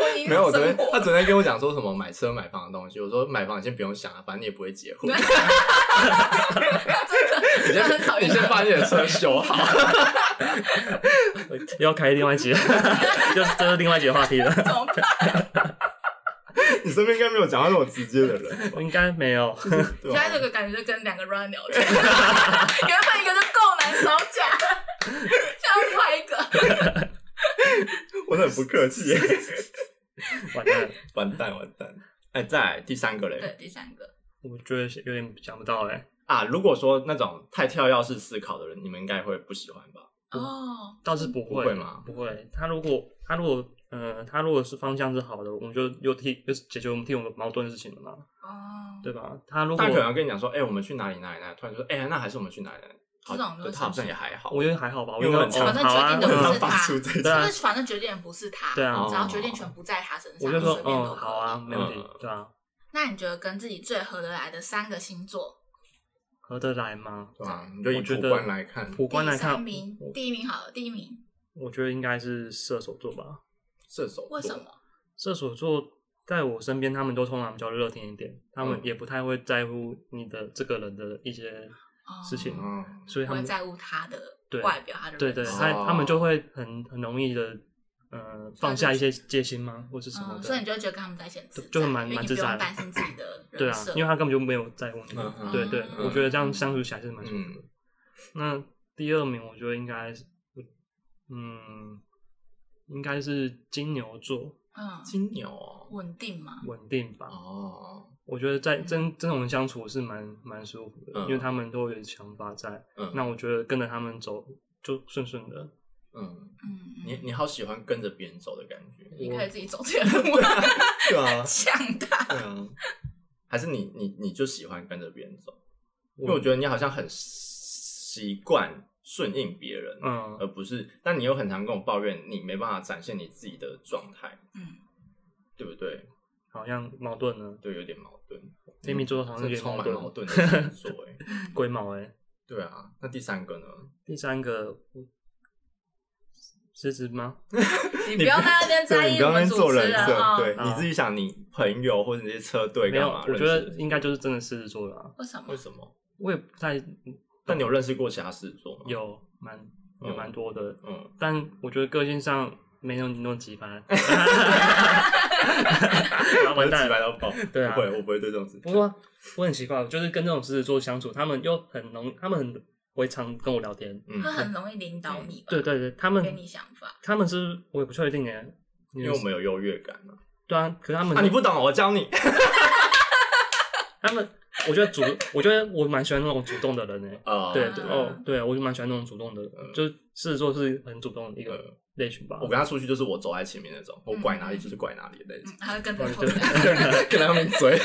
婚姻没有，我昨天生活他昨天跟我讲说什么买车买房的东西，我说买房你先不用想了，反正你也不会结婚。你先很讨厌你先把你的车修好。 要开另外一集，就是这是另外一集的话题了。 怎么办？ 你身边应该没有讲到那么直接的人， 我应该没有。 现在这个感觉就跟两个 Ryan 聊天，原本一个就够难吵架，现在另外一个， 我很不客气。 完蛋， 完蛋，完蛋！哎、欸，再来第三个嘞。 对，第三个， 我觉得有点想不到哎。 啊，如果说那种太跳跃式思考的人，你们应该会不喜欢吧？ 哦， 倒是不会， 不会吗？ 不会。他如果他如果呃他如果是方向是好的，我们就又替又解决我们替我们矛盾的事情了嘛。 哦， 对吧？他如果他可能跟你讲说，哎、欸，我们去哪里哪里哪里，突然就说，哎、欸，那还是我们去哪里哪里。 这种可他好像也还好， 我觉得还好吧。我因为很反正决定的不是他，就是反正决定的不是他， 对啊， 只要决定权不在他身上， 我就说， 嗯， 好啊，没问题，对啊。 那你觉得跟自己最合得来的三个星座？ 合得来吗？ 对啊，你就以普观来看， 普观来看， 第三名，第一名好了，第一名， 我觉得应该是射手座吧。 射手座为什么？ 射手座在我身边，他们都通常比较热天一点，他们也不太会在乎你的这个人的一些事情， 哦、 所以他们不会在乎他的外表，他的对对，他他们就会很很容易的。呃，放下一些戒心吗，或是什么的？ 嗯、所以你就会觉得跟他们在一起很自在， 就很蛮蛮自在的， 不用担心自己的对啊，因为他根本就没有在乎你。 嗯嗯、 对对， 嗯、 我觉得这样相处起来是蛮舒服的。 嗯、 那第二名，我觉得应该是，嗯，应该是金牛座。 嗯， 金牛哦， 稳定吗？ 稳定吧。 哦， 我觉得在真这种相处是蛮蛮舒服的， 嗯、 因为他们都有想法在。 嗯， 那我觉得跟着他们走就顺顺的。 嗯嗯，你你好喜欢跟着别人走的感觉， 你可以自己走这个路吗？ 对啊， 强大。 对啊，还是你你你就喜欢跟着别人走？因为我觉得你好像很习惯顺应别人， 嗯， 而不是，但你又很常跟我抱怨你没办法展现你自己的状态， 嗯， 对不对？ 好像矛盾呢， 对，有点矛盾。 天秤座好像有点充满矛盾的星座，哎， 龟毛哎。 对啊，那第三个呢？ 第三个。狮子吗？ 你不要在那边在意我们主持人哦。 对，你自己想，你朋友或者那些车队干嘛？ 我觉得应该就是真的狮子座了。 为什么？ 为什么？ 我也不太。 但你有认识过其他狮子座吗？ 有，蛮有蛮多的。 嗯， 但我觉得个性上没有你那么急掰。 完蛋，急掰到爆。 对啊， 不会，我不会对这种事。 不过我很奇怪，就是跟这种狮子座相处，他们又很容，他们很。会常跟我聊天， 嗯， 他很容易领导你吧？ 对对对，他们给你想法， 他们是我也不确定耶， 因为我们有优越感嘛。 对啊，可是他们啊，你不懂，我教你。 他们，我觉得主，我觉得我蛮喜欢那种主动的人诶。 哦， 对对哦，对，我就蛮喜欢那种主动的人，就是狮子座是很主动的一个类群吧。 我跟他出去就是我走在前面那种，我拐哪里就是拐哪里的那种， 他会跟着后面，跟他们追。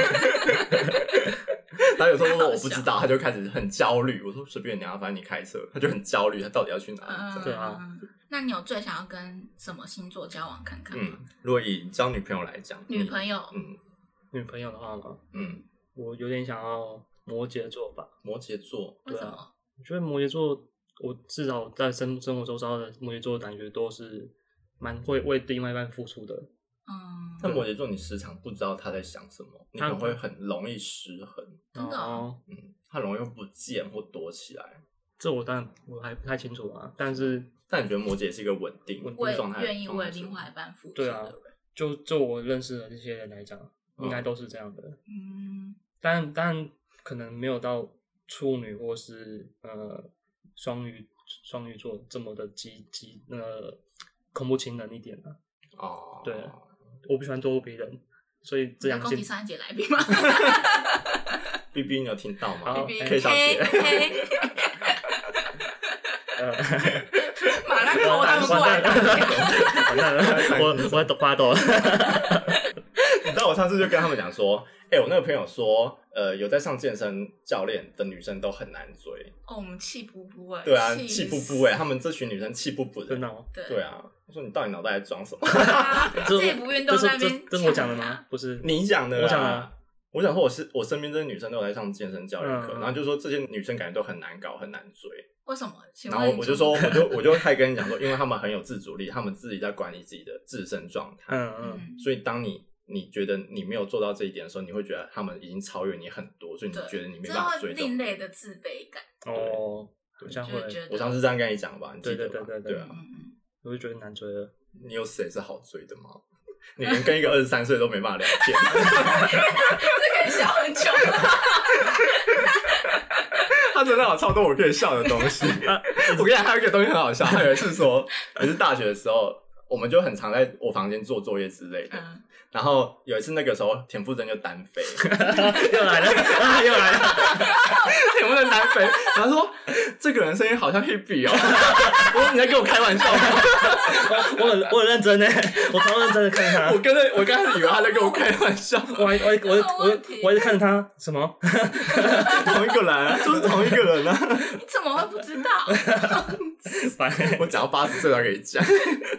他有时候说我不知道，他就开始很焦虑。我说随便你啊，反正你开车，他就很焦虑，他到底要去哪里？ 对啊。 那你有最想要跟什么星座交往看看吗？ 嗯，如果以交女朋友来讲， 女朋友， 嗯， 女朋友的话嘛， 嗯， 我有点想要摩羯座吧。 摩羯座， 为什么？ 我觉得摩羯座，我至少在生生活周遭的摩羯座，感觉都是蛮会为另外一半付出的。 嗯， 但摩羯座你时常不知道他在想什么，你可能会很容易失衡。 真的、哦， 嗯，他容易不见或躲起来。 这我当然我还不太清楚啊，但是但你觉得摩羯是一个稳定、稳定状态， 愿意为另外一半付出？ 对啊，就就我认识的这些人来讲，应该都是这样的。 嗯， 但但可能没有到处女或是呃双鱼双鱼座这么的积极那个恐怖情人一点啊。 哦， 对。我不喜欢咄咄逼人，所以这样攻击上一节来宾吗 ？B B 你有听到吗 ？B B K 小姐， 马上扣他们过来， 完蛋了，我我在发抖了。 你知道我上次就跟他们讲说，哎、欸，我那个朋友说，呃，有在上健身教练的女生都很难追。 哦，我们气不不哎。 对啊，气不不哎，他们这群女生气不不的。 真的、哦。 对啊，我说你到底脑袋在装什么？ 自己不运动在那边， 这是我讲的吗？不是， 你讲的啦。 我讲的。 我想说我是我身边这些女生都有在上健身教练课， 嗯、 然后就说这些女生感觉都很难搞很难追。 为什么？ 然后我就说，我就我就开始跟你讲说，因为他们很有自主力，他们自己在管理自己的自身状态。 嗯嗯。 所以当你你觉得你没有做到这一点的时候，你会觉得他们已经超越你很多，所以你觉得你没办法追到。 另类的自卑感。 哦，好像会。 我上次这样跟你讲吧，你记得吧？ 对对对对对啊， 我就觉得难追了。 你有谁是好追的吗？你连跟一个二十三岁都没办法聊天， 这可以笑很久了。 他真的有超多我可以笑的东西。我跟你讲，还有一个东西很好笑。他有一次说，也是大学的时候，我们就很常在我房间做作业之类的。嗯、然后有一次那个时候，田馥甄就单飞， 又来了，啊、又来了。 田馥甄单飞，然后说这个人声音好像 Hebe 哦。我说你在跟我开玩笑吗？ 我我很我很认真呢，我超认真的看他。 我跟着我刚开始以为他在跟我开玩笑， 我还我还我我我还在看他什么？ 同一个人、啊，就是同一个人啊！ 你怎么会不知道？ 我讲到八十岁才可以讲。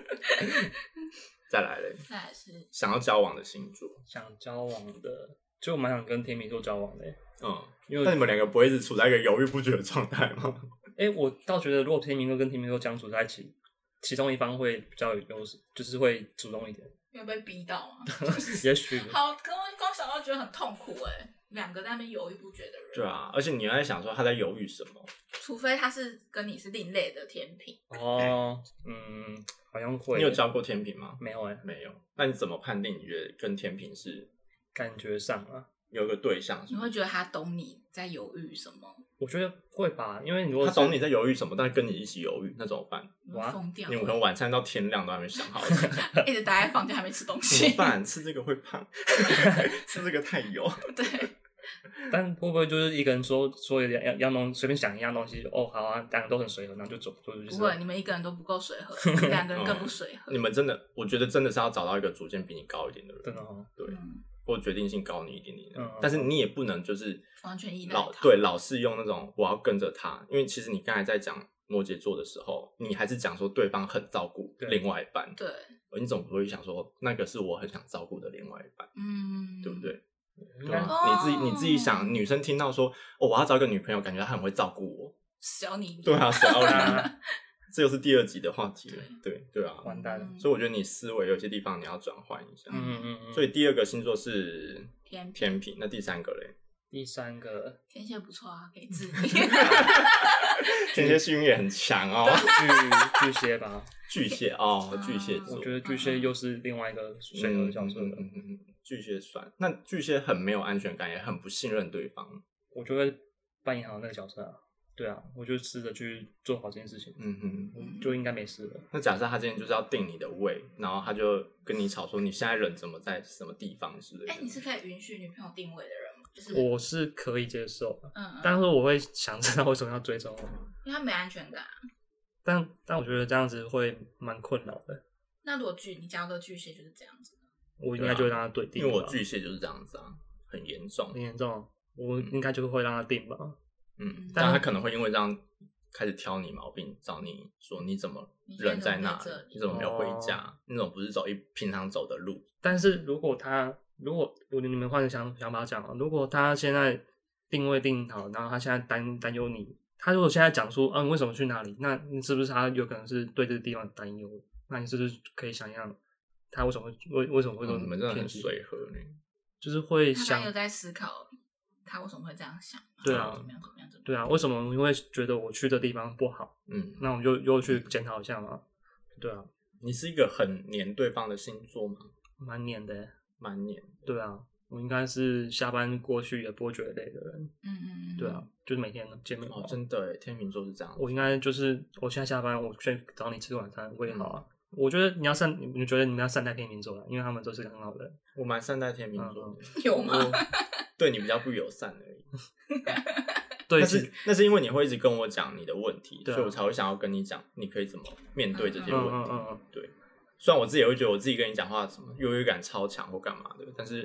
再来嘞， 再来是想要交往的星座， 想交往的，就我蛮想跟天秤座交往的。 嗯，因为那你们两个不会一直处在一个犹豫不决的状态吗？ 哎、欸，我倒觉得，如果天秤座跟天秤座相处在一起，其中一方会比较有优势，就是会主动一点。 有被逼到吗？ 也许。 好，刚刚想到觉得很痛苦哎、欸，两个在那边犹豫不决的人。 对啊，而且你在想说他在犹豫什么？ 除非他是跟你是另类的天秤。 哦，嗯，好像会。 你有交过天秤吗？ 没有哎、欸， 没有。那你怎么判定？你觉得跟天秤是感觉上啊？ 有一个对象是， 你会觉得他懂你在犹豫什么？ 我觉得会吧，因为你如果他懂你在犹豫什么，但是跟你一起犹豫，那怎么办？ 哇，疯掉！ 你可能晚餐到天亮都还没想好， 一直待在房间还没吃东西。 怎么办？吃这个会胖，吃这个太油。 对。 但会不会就是一个人说说一样样东随便想一样东西，哦好啊，两个都很随和，然后就走，就就是。 不会，你们一个人都不够随和，两个人更不随和、 嗯。你们真的，我觉得真的是要找到一个主见比你高一点的人， 真的哦， 对。嗯，或决定性高你一点点的， 嗯、 但是你也不能就是完全依赖老对老是用那种我要跟着他，因为其实你刚才在讲摩羯座的时候，你还是讲说对方很照顾另外一半， 对， 你总不会想说那个是我很想照顾的另外一半， 嗯， 对不对？ 对啊，你自己你自己想，女生听到说哦我要找一个女朋友，感觉她很会照顾我， 小你， 对啊，小你。这又是第二集的话题了，对对啊， 完蛋了。 所以我觉得你思维有些地方你要转换一下。 嗯嗯嗯。 所以第二个星座是天天秤，那第三个嘞？ 第三个天蝎不错啊，可以自理。 天蝎幸运也很强哦。 巨巨蟹吧， 巨蟹哦，巨蟹座。 我觉得巨蟹又是另外一个水和角色的。 嗯嗯嗯，巨蟹算，那巨蟹很没有安全感，也很不信任对方。 我就会扮演好那个角色啊。对啊，我就试着去做好这件事情， 嗯哼， 就应该没事了。 那假設他今天就是要定你的位，然后他就跟你吵说你现在人怎么在什麼地方之類的。 哎、欸，你是可以允許女朋友定位的人嗎？就是我是可以接受的， 嗯嗯， 但是我会想知道为什么要追踪我， 因為他沒安全感。 但但我覺得這樣子會蠻困擾的。 那如果巨你交個巨蟹就是這樣子， 我應該就會讓他對定， 因為我巨蟹就是這樣子啊，很嚴重， 很嚴重，我應該就會讓他定吧。 嗯，但他可能會因為這樣開始挑你毛病，找你說你怎麼人在那裡，你怎麼沒有回家？哦、那種不是走一平常走的路。 但是如果他如果我你們換個想想法講啊，如果他現在定位定好，然後他現在擔擔憂你，他如果現在講說，嗯、啊，為什麼去哪裡？那你是不是他有可能是對這個地方擔憂？那你是不是可以想象他為什麼會為為什麼會說、 嗯、你們真的很隨和呢？ 就是會想他有在思考。他為什麼會這樣想？ 對啊， 怎麼樣怎麼樣怎麼樣？ 對啊，為什麼你會覺得我去的地方不好？ 嗯， 那我們就又去檢討一下嘛。對啊， 你是一個很黏對方的星座嗎？ 蠻黏的， 蠻黏。 對啊，我應該是下班過去也不會覺得累的人。 嗯嗯嗯。 對啊，就是每天見面。 哦，真的耶，天秤座是這樣。 我應該就是我現在下班，我去找你吃晚餐，我也好啊。嗯、我覺得你要善，你覺得你們要善待天秤座啦，因為他們都是很好的人。 我蠻善待天秤座的。 嗯、有嗎？ 對你比較不友善而已。 對， 那是那是因為你會一直跟我講你的問題， 啊、 所以我才會想要跟你講，你可以怎麼面對這些問題。 嗯嗯嗯。 對，雖然我自己也會覺得我自己跟你講話什麼優越感超強或幹嘛的，但是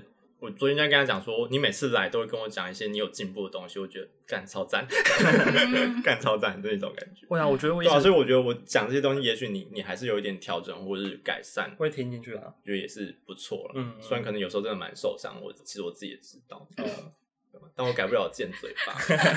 我昨天就跟他讲说，你每次来都会跟我讲一些你有进步的东西，我觉得干超赞，干超赞的那种感觉。 会啊，我觉得我一直、 对啊，所以我觉得我讲这些东西，也许你你还是有一点调整或是改善， 会听进去啊， 我觉得也是不错了。 嗯， 虽然可能有时候真的蛮受伤，我其实我自己也知道，嗯，但我改不了贱嘴巴。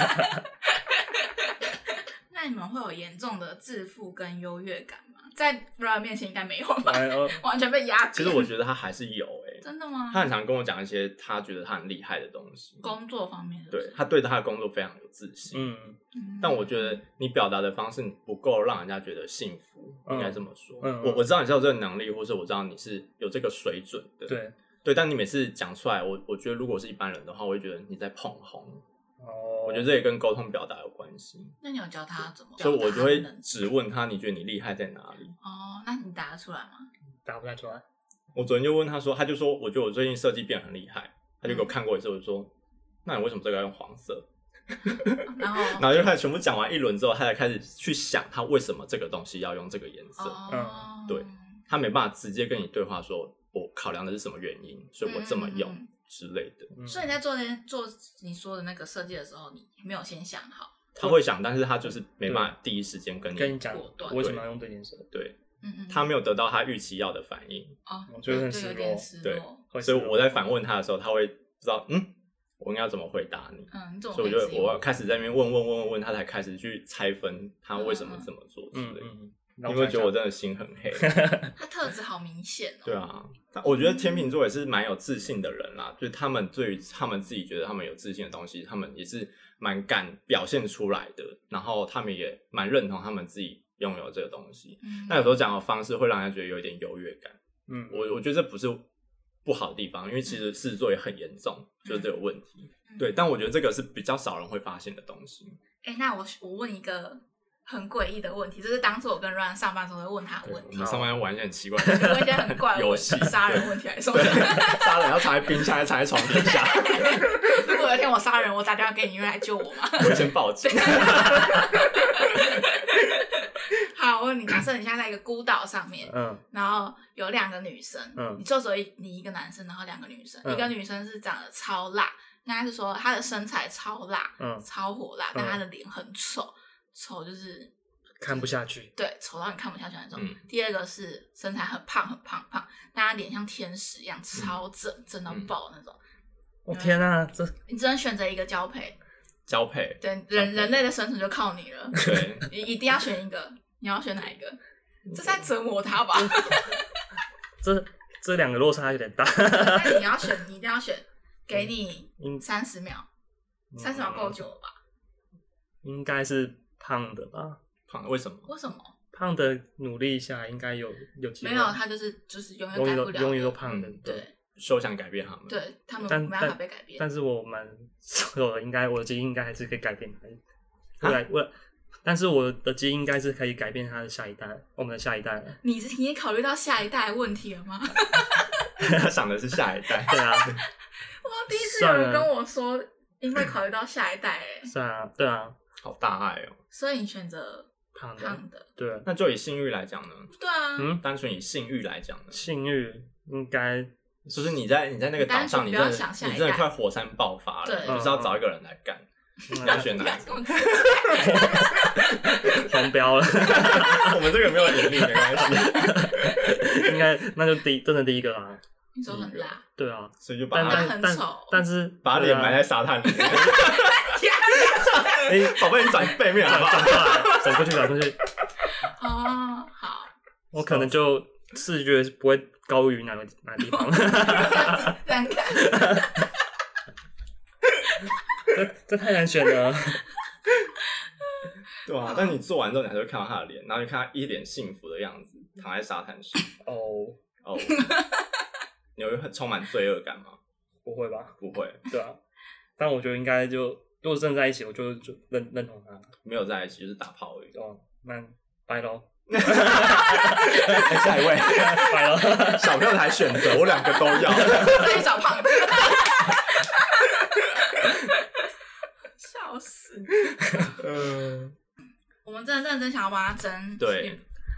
那你们会有严重的自负跟优越感吗？在 Brian 面前应该没有吧？完全被压扁。 其实我觉得他还是有诶、欸， 真的吗？ 他很常跟我讲一些他觉得他很厉害的东西， 工作方面的。 对，他对他的工作非常有自信。嗯，但我觉得你表达的方式不够让人家觉得幸福，嗯、应该这么说。嗯、我我知道你是有这个能力，或是我知道你是有这个水准的。 对对，但你每次讲出来，我我觉得如果是一般人的话，我会觉得你在捧红。 哦， 我觉得这也跟沟通表达有关系。 那你有教他怎么？ 所以我就会只问他，你觉得你厉害在哪里？ 哦，那你答得出来吗？ 答不太出来。 我昨天就问他说，他就说，我觉得我最近设计变得很厉害，他就给我看过一次，我就说，那你为什么这个要用黄色？ 然后， 然后就开始全部讲完一轮之后，他才开始去想他为什么这个东西要用这个颜色。 哦、 对，他没办法直接跟你对话说，我考量的是什么原因，所以我这么用。嗯嗯之类的， 嗯、所以你在做那些做你说的那个设计的时候，你没有先想好。 他会想，但是他就是没办法第一时间跟你跟你讲为什么要用这件事。 对， 嗯嗯， 他没有得到他预期要的反应， 哦， 我觉得很失落。 对，所以我在反问他的时候，他会知道，嗯，我应该要怎么回答你。 嗯， 所以我就我开始在那边问问问问问，他才开始去拆分他为什么这么做之类的。嗯嗯你会觉得我真的心很黑？ 他特质好明显哦。 对啊，我觉得天秤座也是蛮有自信的人啦，就是他们对于他们自己觉得他们有自信的东西，他们也是蛮敢表现出来的，然后他们也蛮认同他们自己拥有这个东西。嗯、那有时候讲的方式会让人家觉得有一点优越感。嗯，我我觉得这不是不好的地方，因为其实狮子座也很严重，嗯、就是这个问题。嗯、对，但我觉得这个是比较少人会发现的东西。 哎、欸，那我我问一个很诡异的问题，这是当初我跟 Ryan 上班的时候会问他的问题。 我们上班玩一些很奇怪的， 问一些很怪的问题，杀人问题还是什么？ 杀人要藏在冰箱，还是藏在床底下？ 如果有一天我杀人，我打电话给你，你会来救我吗？ 我会先报警。 好，我问你，假设你现在在一个孤岛上面，嗯，然后有两个女生，嗯，你就只有你一个男生，然后两个女生，嗯、一个女生是长得超辣，应该是说她的身材超辣，嗯，超火辣，但她的脸很丑。丑就是看不下去， 对，丑到你看不下去那种。嗯、第二个是身材很胖很胖胖，但他脸像天使一样超正，嗯、正到爆那种。 我、哦、天啊，这你只能选择一个交配， 交配， 对，人人类的生存就靠你了。 对， 你一定要选一个，你要选哪一个？这是在折磨他吧？ 这这两个落差有点大。 那你要选，你一定要选，给你三十秒，三十秒够久了吧？ 应该是。胖的吧， 胖的为什么？ 为什么？ 胖的努力一下应该有有机会。 没有，他就是就是永远改不了， 永远都胖的。 嗯、对， 休想改变他们。 对他们没办法被改变。 但是我蛮瘦的，应该我的基因应该还是可以改变他。未来我，但是我的基因应该是可以改变他的下一代，我们的下一代。 你你也考虑到下一代的问题了吗？ 他想的是下一代。 对啊。 哇，第一次有人跟我说，因为考虑到下一代、欸，哎。 是啊，对啊。 好大爱哦！ 所以你选择胖的， 胖的， 对。 那就以性欲来讲呢？ 对啊， 嗯，单纯以性欲来讲呢？ 性欲应该就是你在你在那个岛上，你真的你真的快火山爆发了，你就是要找一个人来干，你要选哪一个？ 黄标了， 我们这个没有盈利，没关系。 应该那就第真的第一个啦。 你说很辣， 对啊， 所以就把他很丑， 但是把脸埋在沙滩里。哎，宝贝，你转背面好不好？ 转过来，转过去，转过去。 哦，好。 我可能就视觉不会高于哪个哪个地方。 这样看。 这这太难选了。 对啊，但你做完之后，你还是会看到他的脸，然后你看他一脸幸福的样子，躺在沙滩上。 哦哦，你会很充满罪恶感吗？ 不会吧？ 不会。 对啊，但我觉得应该就。如果真的在一起，我就就认认同他。没有在一起就是打炮而已。 哦，那拜喽。 下一位， 拜喽。 小朋友才选择，我两个都要。 可以找胖的。笑死。嗯。我们真的认真想要帮他争。 对。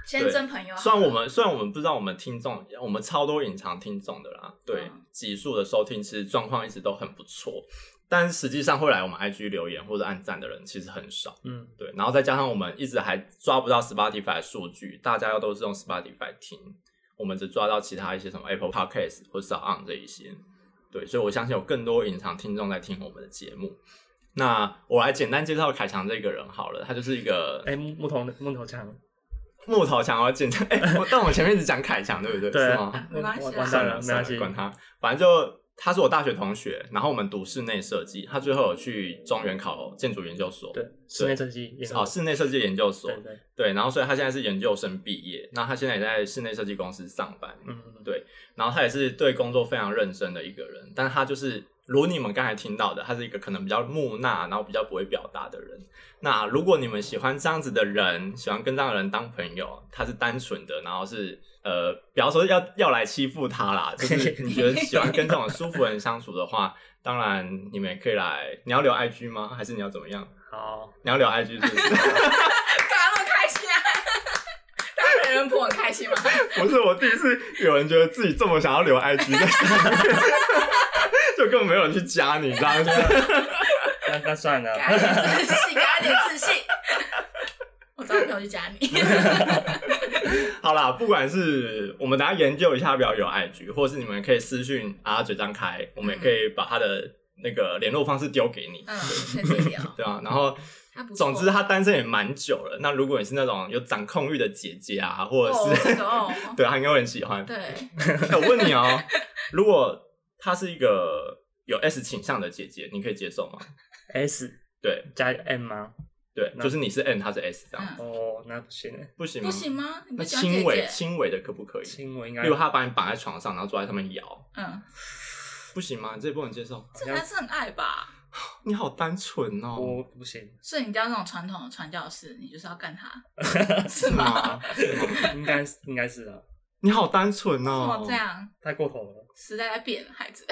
先争朋友好了。 虽然我们虽然我们不知道我们听众，我们超多隐藏听众的啦，对， 嗯、 集数的收听其实状况一直都很不错，但实际上会来我们 I G 留言或者按赞的人其实很少，嗯，对，然后再加上我们一直还抓不到 Spotify 的数据，大家要都是用 Spotify 听，我们只抓到其他一些什么 Apple Podcast 或者 SoundOn 这一些，对，所以我相信有更多隐藏听众在听我们的节目。那我来简单介绍凯强这个人好了，他就是一个哎、欸、木头木头强。 木头强，我简单哎、欸，但我前面一直讲凯强，对不对？ 对， 是吗？ 没关系， 完蛋了，没关系， 管他，反正就他是我大学同学，然后我们读室内设计，他最后有去中原考建筑研究所， 对，室内设计， 哦，室内设计研究所， 对对对，然后所以他现在是研究生毕业，那他现在也在室内设计公司上班，嗯，对，然后他也是对工作非常认真的一个人，但是他就是如你们刚才听到的，他是一个可能比较木讷，然后比较不会表达的人。那如果你们喜欢这样子的人，喜欢跟这样的人当朋友，他是单纯的，然后是呃，不要说要要来欺负他啦，就是你觉得喜欢跟这种舒服的人相处的话，当然你们也可以来。你要留 I G 吗？还是你要怎么样？ 好， 你要留 I G 是不是？ 干嘛那么开心啊？当别人不很开心吗？ 不是，我第一次有人觉得自己这么想要留 I G 在上面，就根本没有人去加你，这样子。 那那算了， 给他点自信，给他点自信。我找朋友去加你。 好啦，不管是我们等一下研究一下要不要有 I G， 或是你们可以私讯啊嘴张开，我们也可以把他的那个联络方式丢给你。 嗯，可以聊。 对啊，然后总之他单身也蛮久了。那如果你是那种有掌控欲的姐姐啊，或者是、 哦、 对他应该会很喜欢。 对， 我问你哦，如果她是一个有 S 倾向的姐姐，你可以接受吗 ？S 对加 M 吗？ 对，就是你是 N， 他是 S 这样。 嗯、哦，那不行哎， 不行吗？ 不行吗？ 那轻微轻微的可不可以？ 轻微应该。 例如他把你绑在床上，然后坐在上面摇， 嗯， 不行吗？你这不能接受？ 这还是很爱吧？ 你好单纯哦。 我不行。 所以你叫那种传统的传教士，你就是要干他， 是吗？是吗？ 应该应该是啊。 你好单纯哦。 怎么这样？ 太过头了。 时代在变，孩子。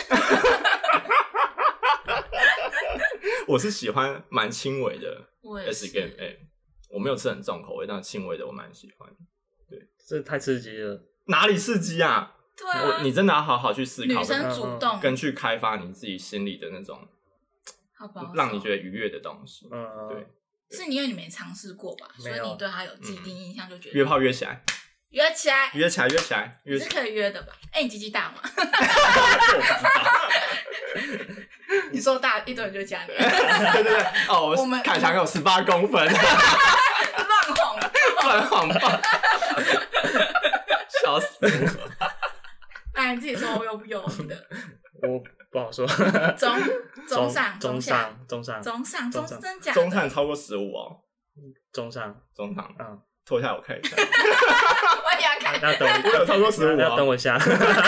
我是喜欢蛮轻微的 S 跟 M， 我没有吃很重口味，但轻微的我蛮喜欢。对， 这太刺激了。 哪里刺激啊？ 对啊， 你真的要好好去思考， 女生主动跟去开发你自己心里的那种， 好不好？ 让你觉得愉悦的东西。 嗯， 对， 是因为你没尝试过吧，所以你对他有既定印象，就觉得约炮约起来。 约起来， 约起来，约起来，约是可以约的吧？哎、欸，你鸡鸡大吗？你说大，一堆人就加你。 对对对，哦，我们凯强有十八公分，乱晃， 乱晃吧，笑死我！ 哎，你自己说我有不有的？ 我不好说。 中中上中上中上中上中上真假？ 中上超过十五哦。 中上中上， 嗯。 脱下来我看一下， 我也要看。 要等我有超过十五， 要等我一下。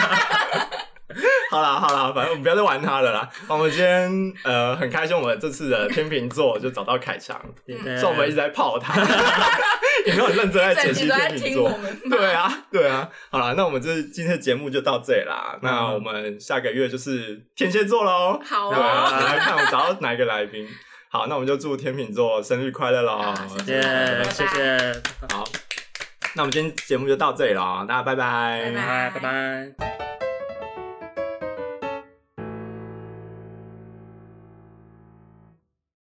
好啦好啦，反正我们不要再玩他了啦。我们今天呃很开心，我们这次的天秤座就找到凯强， 嗯、 虽然我们一直在泡他，也没有很認真在解析天秤座。对啊对啊，好啦，那我们这今天的节目就到这里啦。嗯、那我们下个月就是天蝎座喽。 好啊，啊来看我找到哪一个来宾。好，那我们就祝天秤座生日快乐咯！ 谢谢，谢谢。 好，那我们今天节目就到这里了，大家拜拜， 拜拜， 拜拜。